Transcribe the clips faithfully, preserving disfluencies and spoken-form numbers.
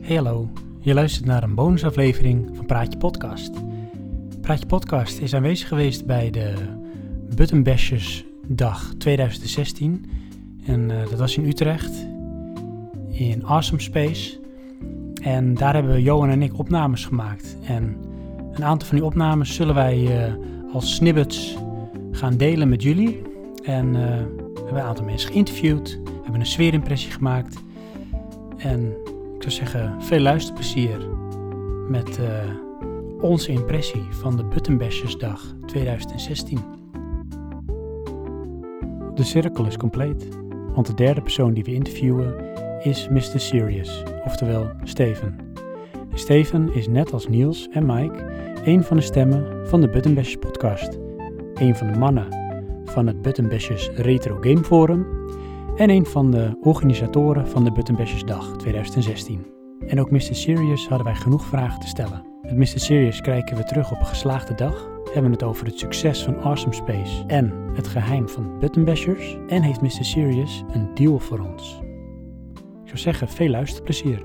Hey hallo, je luistert naar een bonusaflevering van Praatje Podcast. Praatje Podcast is aanwezig geweest bij de Button Bashers Dag tweeduizend zestien. En uh, dat was in Utrecht, in Awesome Space. En daar hebben Johan en ik opnames gemaakt. En een aantal van die opnames zullen wij uh, als snippets gaan delen met jullie. En uh, we hebben een aantal mensen geïnterviewd, we hebben een sfeerimpressie gemaakt. En ik zou zeggen, veel luisterplezier met uh, onze impressie van de Button Bashers Dag tweeduizend zestien. De cirkel is compleet, want de derde persoon die we interviewen is mister Serious, oftewel Steven. En Steven is net als Niels en Mike een van de stemmen van de Button Bashers podcast, een van de mannen van het Button Bashers Retro Game Forum en een van de organisatoren van de Button Bashers Dag tweeduizend zestien. En ook mister Serious hadden wij genoeg vragen te stellen. Met mister Serious kijken we terug op een geslaagde dag, hebben het over het succes van Awesome Space en het geheim van Button Bashers en heeft mister Serious een deal voor ons. Ik zou zeggen, veel luisterplezier.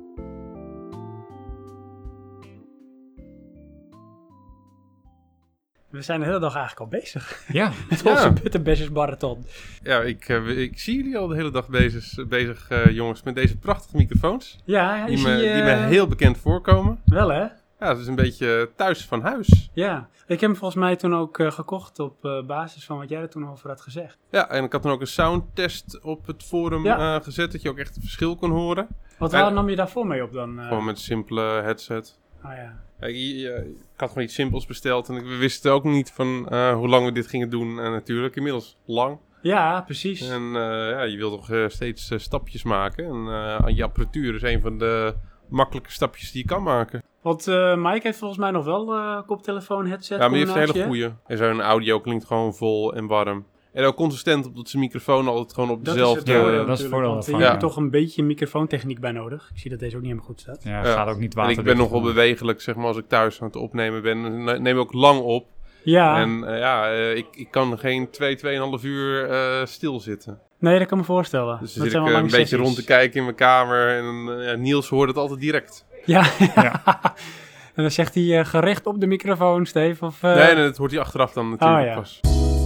We zijn de hele dag eigenlijk al bezig. Ja. Met ja. onze Button Bashers marathon. Ja, ik, uh, ik zie jullie al de hele dag bezig, bezig uh, jongens, met deze prachtige microfoons. Ja, ja die, zie me, je, die me heel bekend voorkomen. Wel hè? Ja, het is een beetje thuis van huis. Ja, ik heb hem volgens mij toen ook uh, gekocht op uh, basis van wat jij er toen over had gezegd. Ja, en ik had dan ook een soundtest op het forum ja. uh, gezet, dat je ook echt het verschil kon horen. Wat en, nam je daarvoor mee op dan? Uh... Gewoon met een simpele headset. Ah ja. Ja, ik, ik had gewoon iets simpels besteld en we wisten ook niet van uh, hoe lang we dit gingen doen. En natuurlijk, inmiddels lang. Ja, precies. En uh, ja, je wilt toch uh, steeds uh, stapjes maken. En uh, je apparatuur is een van de makkelijke stapjes die je kan maken. Want uh, Mike heeft volgens mij nog wel uh, koptelefoon, headset. Ja, maar die heeft een hele goeie. En zo'n audio klinkt gewoon vol en warm. En ook consistent, omdat zijn microfoon altijd gewoon op dezelfde... Dat is het voordeel, ja, dat is het voordeel want van. je Ja. hebt toch een beetje microfoontechniek bij nodig. Ik zie dat deze ook niet helemaal goed staat. Ja, Ja. gaat ook niet En water. ik ben nogal bewegelijk, zeg maar, als ik thuis aan het opnemen ben. Dan neem ik ook lang op. Ja. En uh, ja, uh, ik, ik kan geen twee, tweeënhalf uur uh, stilzitten. Nee, dat kan me voorstellen. Dus dan dat zit ik uh, een beetje rond te kijken in mijn kamer. En uh, ja, Niels hoort het altijd direct. Ja. Ja. En dan zegt hij uh, gericht op de microfoon, Steve? Of, uh... Nee, nee, dat hoort hij achteraf dan natuurlijk oh, ja. pas.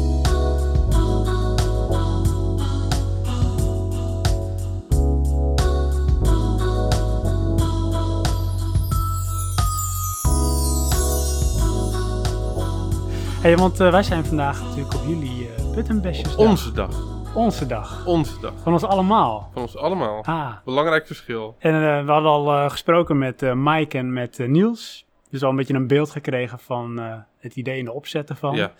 Hey, want uh, wij zijn vandaag natuurlijk op jullie uh, Button Bashers Op onze dag. Onze dag. Onze dag. Van ons allemaal. Van ons allemaal. Ah. Belangrijk verschil. En uh, we hadden al uh, gesproken met uh, Mike en met uh, Niels. Dus al een beetje een beeld gekregen van uh, het idee en de opzet ervan. Ja.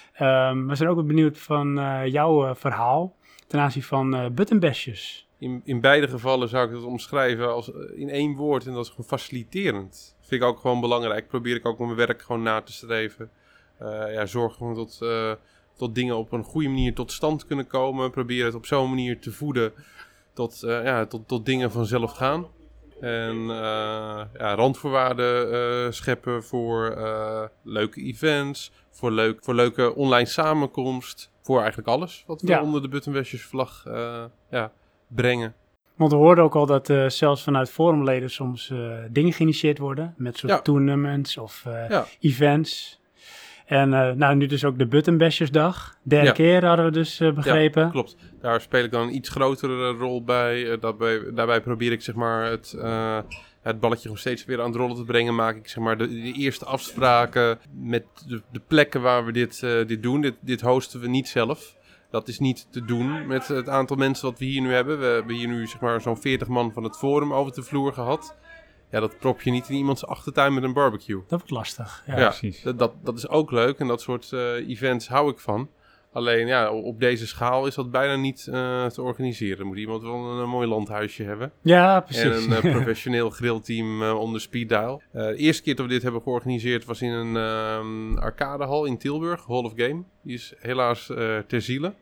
Um, we zijn ook benieuwd van uh, jouw uh, verhaal ten aanzien van uh, Button Bashers. In, in beide gevallen zou ik het omschrijven als uh, in één woord. En dat is gewoon faciliterend. Vind ik ook gewoon belangrijk. Probeer ik ook met mijn werk gewoon na te streven. Uh, ja, zorg gewoon dat, uh, dat dingen op een goede manier tot stand kunnen komen. Probeer het op zo'n manier te voeden dat uh, ja, tot, tot dingen vanzelf gaan. En uh, ja, randvoorwaarden uh, scheppen voor uh, leuke events, voor, leuk, voor leuke online samenkomst. Voor eigenlijk alles wat we Ja. onder de Button Bashers vlag uh, ja, brengen. Want we hoorden ook al dat uh, zelfs vanuit forumleden soms uh, dingen geïnitieerd worden. Met soort Ja. tournaments of uh, Ja. events. En uh, nou, nu dus ook de Button Bashers dag. Derde Ja. keer hadden we dus uh, begrepen. Ja, klopt. Daar speel ik dan een iets grotere rol bij. Uh, daarbij, daarbij probeer ik zeg maar het, uh, het balletje gewoon steeds weer aan het rollen te brengen. Maak ik zeg maar de, de eerste afspraken met de, de plekken waar we dit, uh, dit doen. Dit, dit hosten we niet zelf. Dat is niet te doen met het aantal mensen wat we hier nu hebben. We hebben hier nu zeg maar zo'n veertig man van het forum over de vloer gehad. Ja, dat prop je niet in iemands achtertuin met een barbecue. Dat wordt lastig. Ja. Ja, precies. Dat, dat, dat is ook leuk en dat soort uh, events hou ik van. Alleen ja, op deze schaal is dat bijna niet uh, te organiseren. Dan moet iemand wel een, een mooi landhuisje hebben. Ja, precies. En een uh, professioneel grillteam uh, onder speed dial. Uh, de eerste keer dat we dit hebben georganiseerd was in een um, arcadehal in Tilburg, Hall of Game. Die is helaas uh, ter ziele.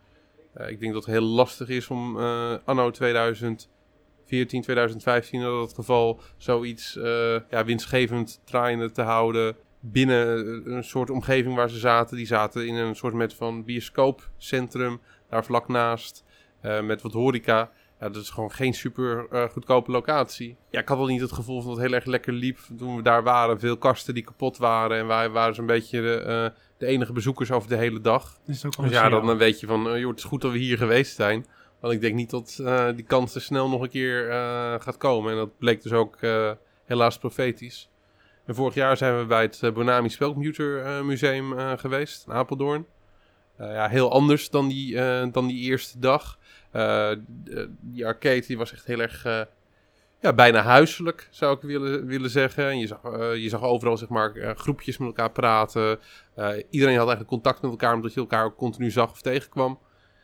Uh, ik denk dat het heel lastig is om uh, anno tweeduizend veertien, tweeduizend vijftien, dat het geval zoiets uh, ja, winstgevend draaiende te houden binnen een soort omgeving waar ze zaten. Die zaten in een soort met van bioscoopcentrum, daar vlak naast, uh, met wat horeca. Ja, dat is gewoon geen super uh, goedkope locatie. Ja, ik had wel niet het gevoel van dat het heel erg lekker liep toen we daar waren. Veel kasten die kapot waren. En wij waren zo'n beetje de, uh, de enige bezoekers over de hele dag. Dus, ook dus ja, dan, dan weet je van, uh, joh, het is goed dat we hier geweest zijn. Want ik denk niet dat uh, die kans er snel nog een keer uh, gaat komen. En dat bleek dus ook uh, helaas profetisch. En vorig jaar zijn we bij het uh, Bonami Spelcomputer uh, Museum uh, geweest in Apeldoorn. Uh, ja, heel anders dan die, uh, dan die eerste dag. Uh, die arcade die was echt heel erg, uh, ja, bijna huiselijk, zou ik willen, willen zeggen. En je zag, uh, je zag overal, zeg maar, uh, groepjes met elkaar praten. Uh, iedereen had eigenlijk contact met elkaar, omdat je elkaar ook continu zag of tegenkwam.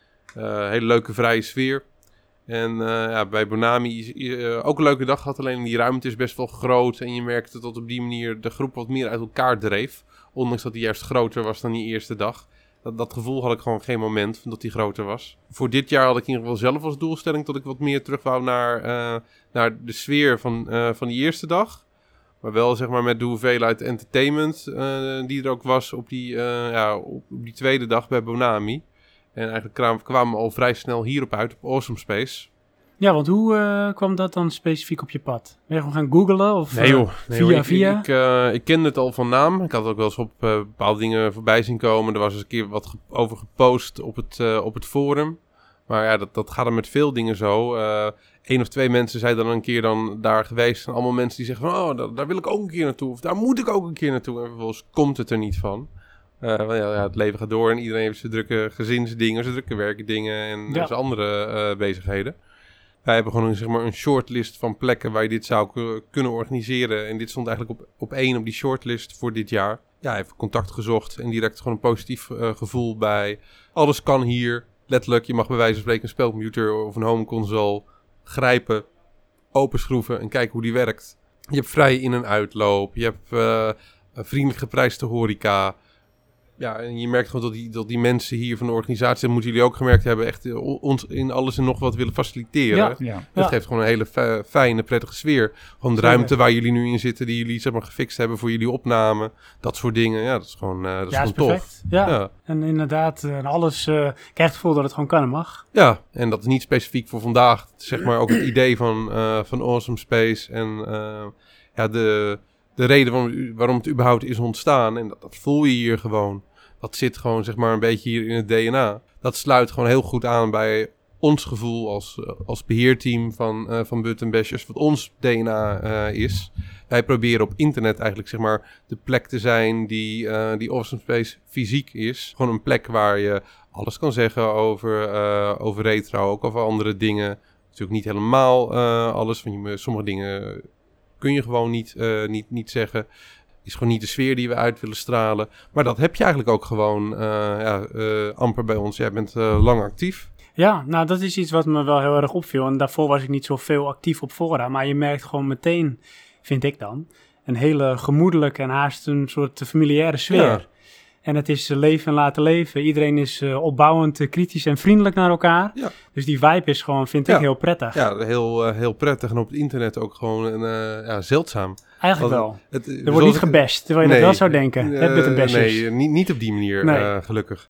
Uh, hele leuke, vrije sfeer. En uh, ja, bij Bonami uh, ook een leuke dag had, alleen die ruimte is best wel groot. En je merkte dat op die manier de groep wat meer uit elkaar dreef. Ondanks dat die juist groter was dan die eerste dag. Dat, dat gevoel had ik gewoon geen moment, dat die groter was. Voor dit jaar had ik in ieder geval zelf als doelstelling dat ik wat meer terug wou naar, uh, naar de sfeer van, uh, van die eerste dag. Maar wel, zeg maar, met de hoeveelheid entertainment uh, die er ook was op die, uh, ja, op, op die tweede dag bij Bonami. En eigenlijk kwamen we al vrij snel hierop uit, op Awesome Space. Ja, want hoe uh, kwam dat dan specifiek op je pad? Ben je gewoon gaan googlen of nee, joh. Nee, via joh. Ik, via? Ik, uh, ik kende het al van naam. Ik had ook wel eens op uh, bepaalde dingen voorbij zien komen. Er was eens een keer wat ge- over gepost op het, uh, op het forum. Maar ja, dat, dat gaat er met veel dingen zo. Uh, Eén of twee mensen zijn dan een keer dan daar geweest. En allemaal mensen die zeggen van, oh, daar, daar wil ik ook een keer naartoe. Of daar moet ik ook een keer naartoe. En vervolgens komt het er niet van. Uh, ja, ja, het leven gaat door en iedereen heeft zijn drukke gezinsdingen, zijn drukke werkdingen en ja. zijn andere uh, bezigheden. Wij hebben gewoon, zeg maar, een shortlist van plekken waar je dit zou k- kunnen organiseren. En dit stond eigenlijk op, op één op die shortlist voor dit jaar. Ja, even contact gezocht en direct gewoon een positief uh, gevoel bij. Alles kan hier. Letterlijk, je mag bij wijze van spreken een spelcomputer of een home console grijpen, openschroeven en kijken hoe die werkt. Je hebt vrij in- en uitloop. Je hebt uh, een vriendelijk geprijsde horeca. Ja, en je merkt gewoon dat die, dat die mensen hier van de organisatie, dat moeten jullie ook gemerkt hebben, echt ons in alles en nog wat willen faciliteren. Ja, ja. ja. Dat geeft gewoon een hele f- fijne, prettige sfeer. Gewoon de Zeker. Ruimte waar jullie nu in zitten, die jullie, zeg maar, gefixt hebben voor jullie opname. Dat soort dingen. Ja, dat is gewoon, uh, dat is ja, gewoon is tof. Ja. ja, en inderdaad, uh, alles uh, krijgt het gevoel dat het gewoon kan en mag. Ja, en dat is niet specifiek voor vandaag. Het is, zeg maar, ook het idee van, uh, van Awesome Space en uh, ja, de, de reden waarom, waarom het überhaupt is ontstaan. En dat, dat voel je hier gewoon. Dat zit gewoon, zeg maar, een beetje hier in het D N A. Dat sluit gewoon heel goed aan bij ons gevoel als, als beheerteam van, uh, van Button Bashers. Wat ons D N A uh, is. Wij proberen op internet eigenlijk, zeg maar, de plek te zijn die, uh, die Awesome Space fysiek is. Gewoon een plek waar je alles kan zeggen over, uh, over retro, ook over andere dingen. Natuurlijk niet helemaal uh, alles, want je, sommige dingen kun je gewoon niet, uh, niet, niet zeggen. Is gewoon niet de sfeer die we uit willen stralen. Maar dat heb je eigenlijk ook gewoon uh, ja, uh, amper bij ons. Jij bent uh, lang actief. Ja, nou dat is iets wat me wel heel erg opviel. En daarvoor was ik niet zo veel actief op fora. Maar je merkt gewoon meteen, vind ik dan, een hele gemoedelijke en haast een soort familiaire sfeer. Ja. En het is leven en laten leven. Iedereen is uh, opbouwend, uh, kritisch en vriendelijk naar elkaar. Ja. Dus die vibe is gewoon, vind ik, ja. heel prettig. Ja, heel, uh, heel prettig. En op het internet ook gewoon uh, ja, zeldzaam. Eigenlijk wel. Het, het, er wordt niet gebashed, terwijl je nee, dat wel zou denken. Uh, het met een bashers. Nee, niet, niet op die manier, nee. uh, gelukkig.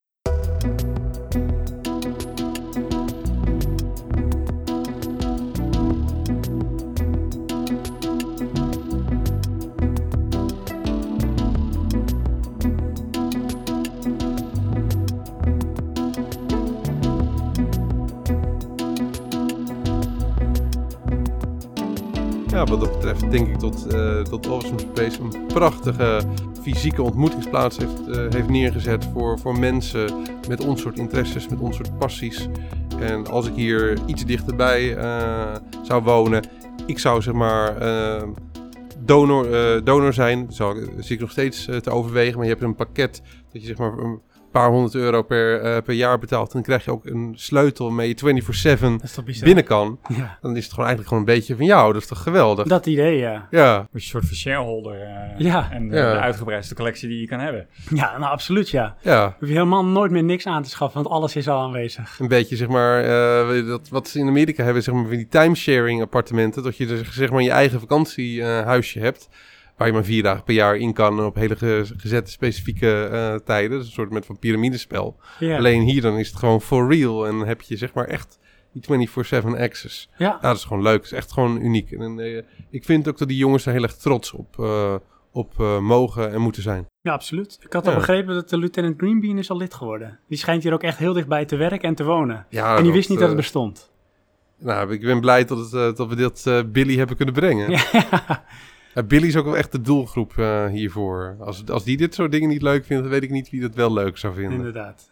Ja, wat dat betreft denk ik dat, uh, dat Awesome Space een prachtige fysieke ontmoetingsplaats heeft, uh, heeft neergezet voor, voor mensen met ons soort interesses, met ons soort passies. En als ik hier iets dichterbij uh, zou wonen, ik zou, zeg maar, uh, donor, uh, donor zijn. Dat zou, zie ik nog steeds uh, te overwegen, maar je hebt een pakket dat je, zeg maar, een paar honderd euro per, uh, per jaar betaalt. En dan krijg je ook een sleutel waarmee je vierentwintig zeven binnen kan. Ja. Dan is het gewoon eigenlijk gewoon een beetje van jou. Dat is toch geweldig? Dat idee, ja. Ja. Een soort van shareholder. Uh, ja. En uh, ja. de uitgebreidste collectie die je kan hebben. Ja, nou absoluut, ja. Ja. Hoef je helemaal nooit meer niks aan te schaffen, want alles is al aanwezig. Een beetje, zeg maar, uh, dat, wat ze in Amerika hebben, zeg maar, van die timesharing appartementen. Dat je dus, zeg maar, je eigen vakantiehuisje uh, hebt. Waar je maar vier dagen per jaar in kan op hele ge- gezette specifieke uh, tijden. Dat is een soort met van piramidespel. Yeah. Alleen hier dan is het gewoon for real. En heb je, zeg maar, echt die vierentwintig zeven access. Ja. Ja, dat is gewoon leuk. Het is echt gewoon uniek. En uh, ik vind ook dat die jongens er heel erg trots op, uh, op uh, mogen en moeten zijn. Ja, absoluut. Ik had Ja. al begrepen dat de Lieutenant Greenbean is al lid geworden. Die schijnt hier ook echt heel dichtbij te werken en te wonen. Ja, en die dat, wist niet dat het uh, bestond. Nou, ik ben blij dat, het, uh, dat we dit uh, Billy hebben kunnen brengen. Ja. Ja, Billy is ook wel echt de doelgroep uh, hiervoor. Als, als die dit soort dingen niet leuk vindt, dan weet ik niet wie dat wel leuk zou vinden. Inderdaad.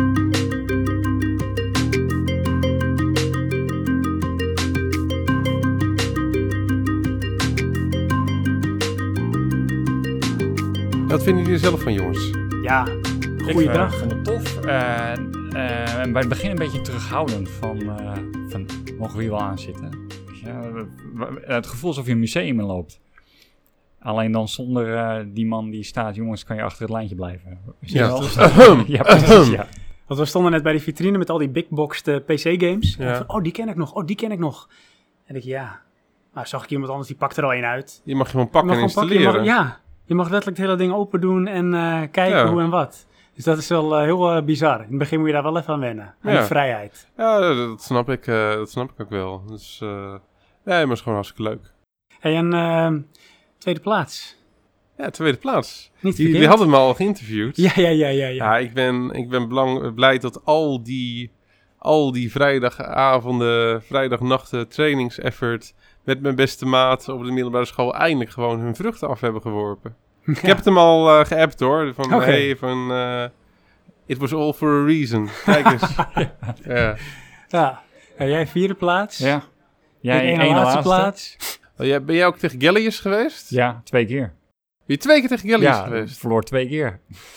Wat vinden jullie er zelf van, jongens? Ja, Ik goeiedag. uh, vond het tof. Uh, uh, en bij het begin een beetje terughoudend van, uh, van mogen we hier wel aan zitten? Ja, het gevoel alsof je een museum inloopt. Alleen dan zonder uh, die man die staat, jongens, kan je achter het lijntje blijven. Zie je Ja, wel? Ahem. Ja, precies, ja. Want we stonden net bij die vitrine met al die bigboxed uh, P C-games. Ja. En van, oh, die ken ik nog. Oh, die ken ik nog. En ik, ja. Nou, zag ik iemand anders, die pakte er al een uit. Je mag gewoon Je pakken mag en gewoon pakken, installeren. je mag- ja, je mag letterlijk het hele ding open doen en uh, kijken Ja. hoe en wat. Dus dat is wel uh, heel uh, bizar. In het begin moet je daar wel even aan wennen. Aan Ja. die vrijheid. Ja, dat snap ik, uh, dat snap ik ook wel. Dus, uh, nee, maar het is gewoon hartstikke leuk. Hey, en uh, tweede plaats. Ja, tweede plaats. Niet Die, verkeerd. die hadden me al geïnterviewd. Ja, ja, ja, ja. ja. Ja, ik ben, ik ben belang, blij dat al die, al die vrijdagavonden, vrijdagnachten, trainingseffort met mijn beste maat op de middelbare school eindelijk gewoon hun vruchten af hebben geworpen. Ik heb het hem al uh, geappt hoor, van Oké. hey, van uh, it was all for a reason. Kijk eens. ja. Ja. Ja, jij vierde plaats. Ja. Jij Jij ene ene laatste laatste plaats. Oh, jij, ben jij ook tegen Gallius geweest? Ja, twee keer. Ben je twee keer tegen Gallius Ja, geweest? verloor twee keer.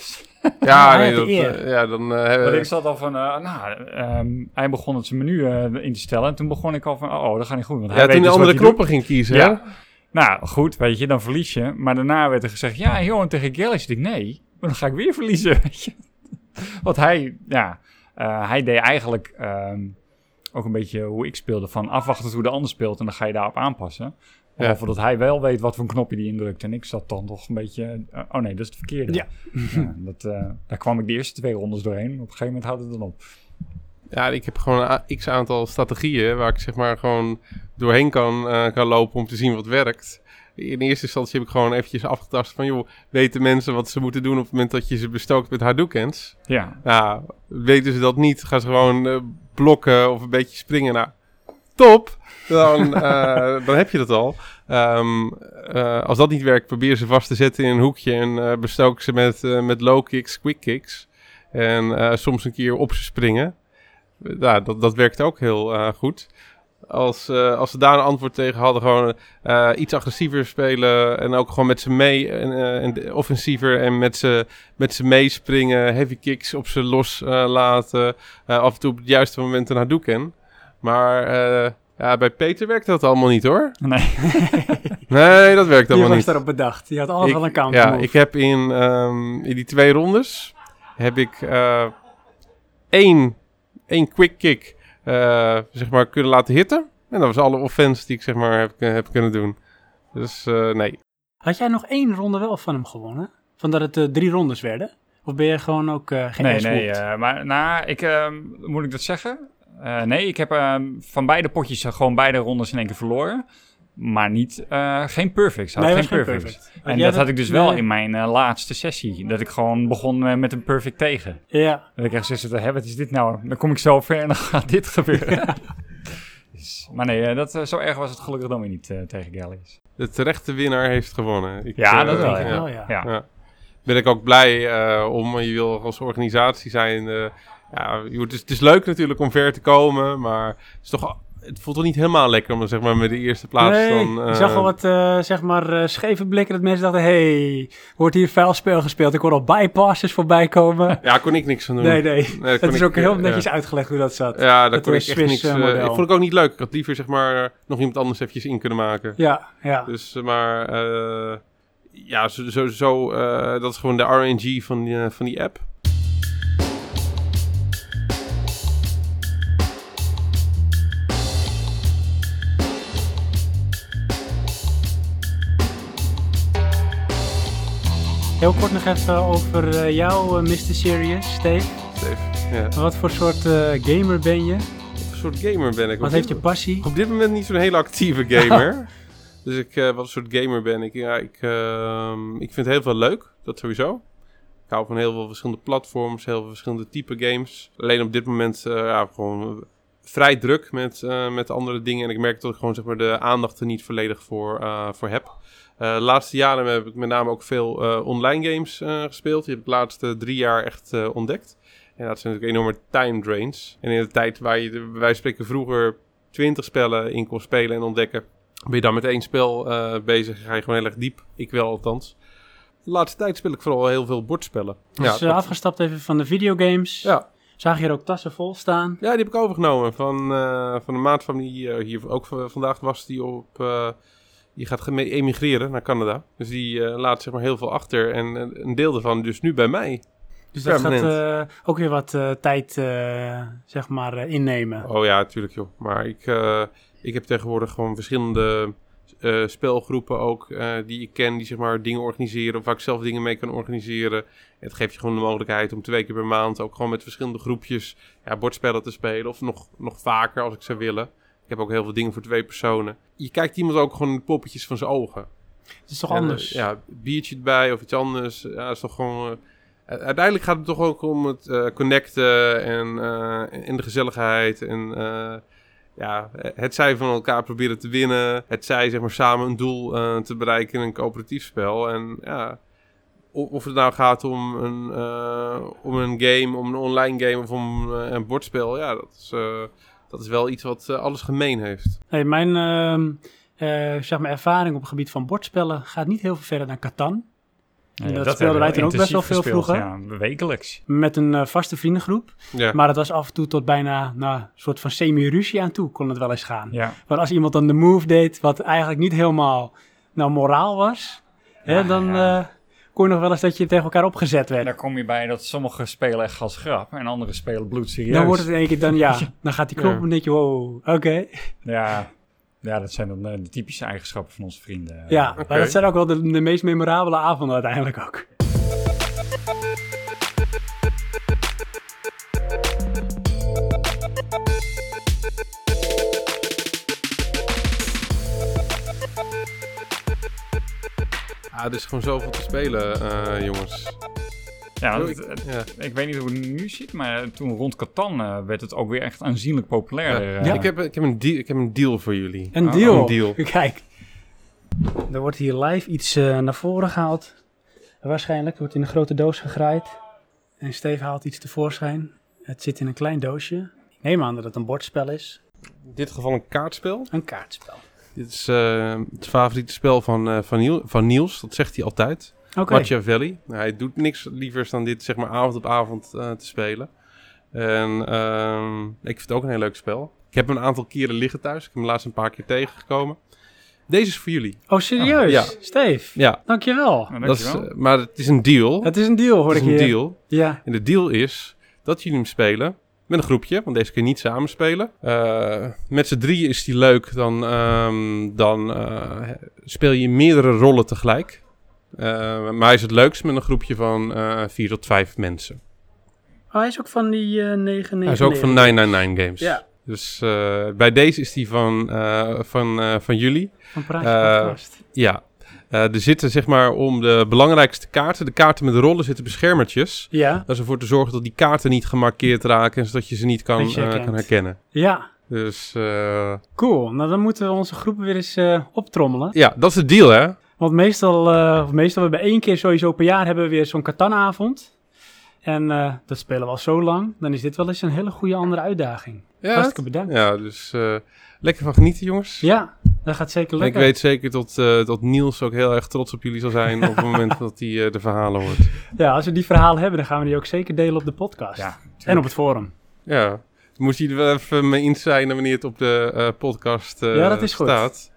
Ja, hij nee, had dat, de eer. uh, ja, dan... Uh, Maar hebben- ik zat al van, uh, nou, um, hij begon het zijn menu uh, in te stellen. En toen begon ik al van, oh, dat gaat niet goed. Want hij ja, weet toen de dus andere wat hij knoppen ging kiezen, doet. hè? Ja. Nou, goed, weet je, dan verlies je. Maar daarna werd er gezegd, ja, Johan tegen Gallius. Ik dacht, nee, maar dan ga ik weer verliezen, weet je. Want hij, ja, uh, hij deed eigenlijk um, ook een beetje hoe ik speelde. Van afwachten tot hoe de ander speelt en dan ga je daarop aanpassen. Behalve dat hij wel weet wat voor een knopje die indrukt. En ik zat dan toch een beetje... Uh, oh nee, dat is het verkeerde. Ja. Ja, dat, uh, daar kwam ik de eerste twee rondes doorheen. Op een gegeven moment houdt het dan op. Ja, ik heb gewoon een a- x-aantal strategieën waar ik zeg maar gewoon doorheen kan, uh, kan lopen om te zien wat werkt. In eerste instantie heb ik gewoon eventjes afgetast van, joh, weten mensen wat ze moeten doen op het moment dat je ze bestookt met Hadoukens? Ja. Nou, weten ze dat niet, gaan ze gewoon uh, blokken of een beetje springen. Nou, top! Dan, uh, dan heb je dat al. Um, uh, als dat niet werkt, probeer ze vast te zetten in een hoekje en uh, bestook ze met, uh, met low kicks, quick kicks. En uh, soms een keer op ze springen. Ja, dat, dat werkt ook heel uh, goed. Als, uh, als ze daar een antwoord tegen hadden, gewoon uh, iets agressiever spelen en ook gewoon met ze mee, en, uh, en offensiever en met ze, met ze meespringen, heavy kicks op ze los uh, laten, uh, af en toe op het juiste moment een Hadouken. Maar uh, ja, bij Peter werkt dat allemaal niet hoor. Nee. Nee, dat werkt Die allemaal was niet. daarop bedacht. Die had alles Ik- al een counter Ja, move. ik heb in, um, in die twee rondes heb ik uh, één, één quick kick uh, zeg maar kunnen laten hitten. En dat was alle offense die ik zeg maar heb, heb kunnen doen. Dus uh, nee. Had jij nog één ronde wel van hem gewonnen? Van dat het uh, drie rondes werden? Of ben je gewoon ook uh, geen Nee, asswoord? nee. Uh, maar nou, ik, uh, moet ik dat zeggen? Uh, nee, ik heb uh, van beide potjes uh, gewoon beide rondes in één keer verloren. Maar niet, uh, geen perfects. Had Nee, geen was geen perfects. perfect. En jij dat dat- had ik dus wel nee. in mijn uh, laatste sessie. Dat ik gewoon begon uh, met een perfect tegen. Ja. Dat ik echt zoiets had, hè, wat is dit nou? Dan kom ik zo ver en dan gaat dit gebeuren. Dus, maar nee, uh, dat, uh, zo erg was het gelukkig dan weer niet uh, tegen Gallius. De terechte winnaar heeft gewonnen. Ik, Ja, uh, dat wel, Denk ik ja. wel, ja. Ja. Ja. Ben ik ook blij uh, om. Je wil als organisatie zijn. Uh, ja, joh, het, is, het is leuk natuurlijk om ver te komen. Maar het, is toch, het voelt toch niet helemaal lekker om zeg maar, met de eerste plaats Nee, dan... Uh, ik zag al wat uh, zeg maar, uh, scheve blikken dat mensen dachten... hey, wordt hier vuil spel gespeeld? Ik hoor al bypasses voorbij komen. Ja, kon ik niks van doen. Nee, nee. Nee, dat Het kon is ik, ook heel uh, netjes ja. uitgelegd hoe dat zat. Ja, daar Het kon ik was echt Swiss, niks... uh, Uh, model. ik vond ik ook niet leuk. Ik had liever zeg maar nog iemand anders eventjes in kunnen maken. Ja, ja. Dus, uh, maar... Uh, ja, zo, zo, zo uh, dat is gewoon de R N G van die, uh, van die app. Heel kort nog even over uh, jou, uh, mister Serious, Steve. Steve. Ja. Wat voor soort uh, gamer ben je? Een soort gamer ben ik? Wat Op heeft dit- je passie? Op dit moment niet zo'n hele actieve gamer. Dus ik, uh, wat soort gamer ben ik? Ja, ik, uh, ik vind heel veel leuk. Dat sowieso. Ik hou van heel veel verschillende platforms, heel veel verschillende type games. Alleen op dit moment uh, ja, gewoon vrij druk met, uh, met andere dingen. En ik merk dat ik gewoon zeg maar, de aandacht er niet volledig voor, uh, voor heb. Uh, de laatste jaren heb ik met name ook veel uh, online games uh, gespeeld. Die heb ik de laatste drie jaar echt uh, ontdekt. En dat zijn natuurlijk enorme time drains. En in de tijd waar je, bij wijze van spreken, vroeger twintig spellen in kon spelen en ontdekken, ben je dan met één spel uh, bezig, ga je gewoon heel erg diep. Ik wel althans. De laatste tijd speel ik vooral heel veel bordspellen. Dus ja, uh, dat- afgestapt even van de videogames. ja. Zag je er ook tassen vol staan? ja, die heb ik overgenomen van, uh, van een maat van die uh, hier ook v- vandaag was. Die, op, uh, die gaat geme- emigreren naar Canada. Dus die uh, laat zeg maar heel veel achter. En uh, een deel daarvan dus nu bij mij. Dus dat gaat Permanent. uh, ook weer wat uh, tijd uh, zeg maar, uh, innemen. Oh ja, tuurlijk joh. Maar ik, uh, ik heb tegenwoordig gewoon verschillende uh, spelgroepen ook uh, die ik ken. Die zeg maar dingen organiseren of waar ik zelf dingen mee kan organiseren. Het geeft je gewoon de mogelijkheid om twee keer per maand ook gewoon met verschillende groepjes ja, bordspellen te spelen. Of nog, nog vaker als ik zou willen. Ik heb ook heel veel dingen voor twee personen. Je kijkt iemand ook gewoon in de poppetjes van zijn ogen. Het is toch En, uh, anders? ja, biertje erbij of iets anders. Ja, is toch gewoon... Uh, uiteindelijk gaat het toch ook om het uh, connecten en, uh, en de gezelligheid. En uh, ja, het zij van elkaar proberen te winnen. Het zij zeg maar samen een doel uh, te bereiken in een coöperatief spel. En ja, of, of het nou gaat om een, uh, om een game, om een online game of om uh, een bordspel. Ja, dat is, uh, dat is wel iets wat uh, alles gemeen heeft. Hey, mijn uh, uh, zeg maar ervaring op het gebied van bordspellen gaat niet heel veel verder dan Catan. Ja, dat dat speelden wij hebben we toen ook best wel intensief veel gespeeld, vroeger. Ja, wekelijks. Met een uh, vaste vriendengroep. Ja. Maar het was af en toe tot bijna nou, een soort van semi-ruzie aan toe kon het wel eens gaan. Ja. Want als iemand dan de move deed wat eigenlijk niet helemaal nou, moraal was, Ja, hè, dan ja. Uh, kon je nog wel eens dat je tegen elkaar opgezet werd. Daar kom je bij dat sommige spelen echt als grap en andere spelen bloedserieus. Dan wordt het in één keer dan, ja, dan gaat die knop Ja. en dan denk je, wow, oké. Okay. Ja, ja, dat zijn dan uh, de typische eigenschappen van onze vrienden. Ja, Oké. maar dat zijn ook wel de, de meest memorabele avonden uiteindelijk ook. Ah, er is gewoon zoveel te spelen, uh, jongens. Ja, Yo, het- ik- het- ja. ik weet niet hoe het nu zit, maar toen rond Catan uh, werd het ook weer echt aanzienlijk populairder. Ja, uh. ik, heb, ik, heb een deal, ik heb een deal voor jullie. Een Oh, deal. een deal. Kijk, er wordt hier live iets uh, naar voren gehaald. Waarschijnlijk wordt in een grote doos gegraaid. En Steve haalt iets tevoorschijn. Het zit in een klein doosje. Ik neem aan dat het een bordspel is. In dit geval een kaartspel. Een kaartspel. Dit is uh, het favoriete spel van, uh, van, Niel, van Niels, dat zegt hij altijd. Oké. Okay. Machiavelli. Nou, hij doet niks lievers dan dit zeg maar avond op avond uh, te spelen. En uh, ik vind het ook een heel leuk spel. Ik heb hem een aantal keren liggen thuis. Ik heb hem laatst een paar keer tegengekomen. Deze is voor jullie. Oh, serieus? Ja. Steve, Ja. dankjewel. Nou, Dat is, dankjewel. uh, maar het is een deal. Het is een deal, hoor Het ik is een hier. deal. Ja. En de deal is dat jullie hem spelen met een groepje, want deze kun je niet samen spelen. Uh, met z'n drieën is die leuk, dan, um, dan uh, speel je meerdere rollen tegelijk. Uh, maar hij is het leukst met een groepje van uh, vier tot vijf mensen. Oh, hij is ook van die uh, negen negen negen. Hij is ook van negen negen negen Games. Ja. Dus uh, bij deze is die van, uh, van, uh, van jullie. Van Praatje Uh, Podcast. Ja. Uh, er zitten zeg maar om de belangrijkste kaarten, de kaarten met de rollen, zitten beschermertjes. Ja. Dat is ervoor te zorgen dat die kaarten niet gemarkeerd raken, zodat je ze niet kan, Dat je uh, herkent. kan herkennen. Ja. Dus uh, Cool. Nou, dan moeten we onze groepen weer eens uh, optrommelen. ja, dat is de deal, hè? Want meestal, uh, of meestal we hebben één keer sowieso per jaar hebben we weer zo'n Catan-avond. En uh, dat spelen we al zo lang. Dan is dit wel eens een hele goede andere uitdaging. Ja, Hartstikke bedankt. Ja, dus uh, lekker van genieten, jongens. Ja, dat gaat zeker En ik lekker. weet zeker dat, uh, dat Niels ook heel erg trots op jullie zal zijn op het moment dat hij uh, de verhalen hoort. Ja, als we die verhalen hebben, dan gaan we die ook zeker delen op de podcast. Ja, en op het forum. Ja, moet je er wel even mee in zijn wanneer het op de uh, podcast uh, Ja, dat is goed. staat.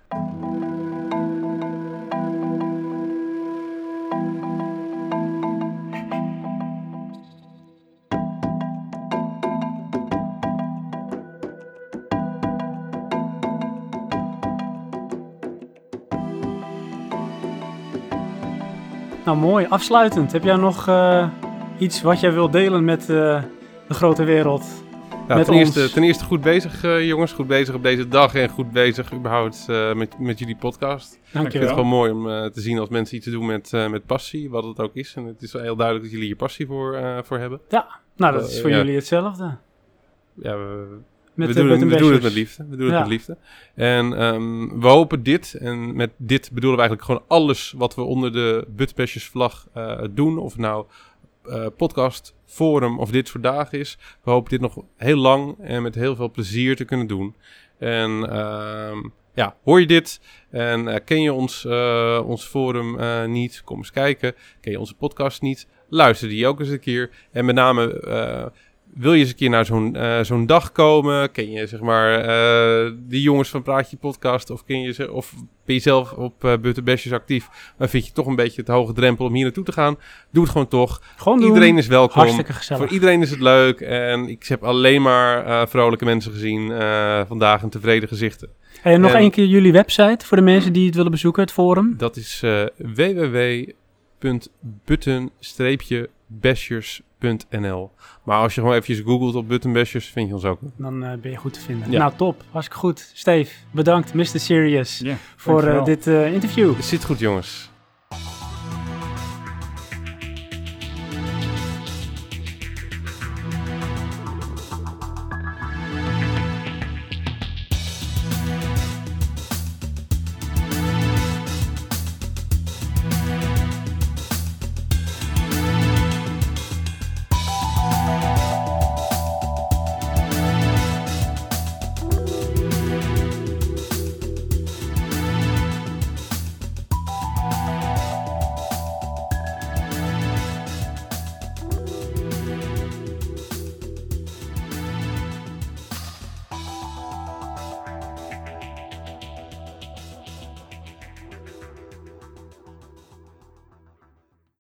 Nou, mooi. Afsluitend. Heb jij nog uh, iets wat jij wilt delen met uh, de grote wereld? met ten, ons. eerste, ten eerste goed bezig, uh, jongens. Goed bezig op deze dag en goed bezig überhaupt uh, met, met jullie podcast. Ik vind Dankjewel. het gewoon mooi om uh, te zien als mensen iets te doen met, uh, met passie, wat het ook is. En het is heel duidelijk dat jullie hier passie voor, uh, voor hebben. Ja, nou dat Uh, is voor ja. jullie hetzelfde. Ja, we, Met we, de doen, het, we doen het Bashers. met liefde. We doen Ja. het met liefde. En um, we hopen dit, en met dit bedoelen we eigenlijk gewoon alles wat we onder de Buttonbashers vlag uh, doen. Of het nou uh, podcast, forum of dit soort dagen is. We hopen dit nog heel lang en met heel veel plezier te kunnen doen. En um, ja, hoor je dit en uh, ken je ons, uh, ons forum uh, niet? Kom eens kijken. Ken je onze podcast niet? Luister die ook eens een keer. En met name... Uh, wil je eens een keer naar zo'n, uh, zo'n dag komen? Ken je zeg maar uh, die jongens van Praatje Podcast? Of, ken je ze, of ben je zelf op uh, Buttonbashers actief? Maar vind je toch een beetje het hoge drempel om hier naartoe te gaan? Doe het gewoon toch. Gewoon doen. Iedereen is welkom. Hartstikke gezellig. Voor iedereen is het leuk. En ik heb alleen maar uh, vrolijke mensen gezien uh, vandaag en tevreden gezichten. Hey, en nog En- één keer jullie website voor de mensen die het willen bezoeken, het forum. Dat is uh, w w w punt button bashers punt n l. Maar als je gewoon eventjes googelt op Buttonbashers, vind je ons ook. Dan uh, ben je goed te vinden. Ja. Nou, top. Hartstikke goed. Steve, bedankt. mister Serious Ja, voor uh, dankjewel. dit uh, interview. Zit goed, jongens.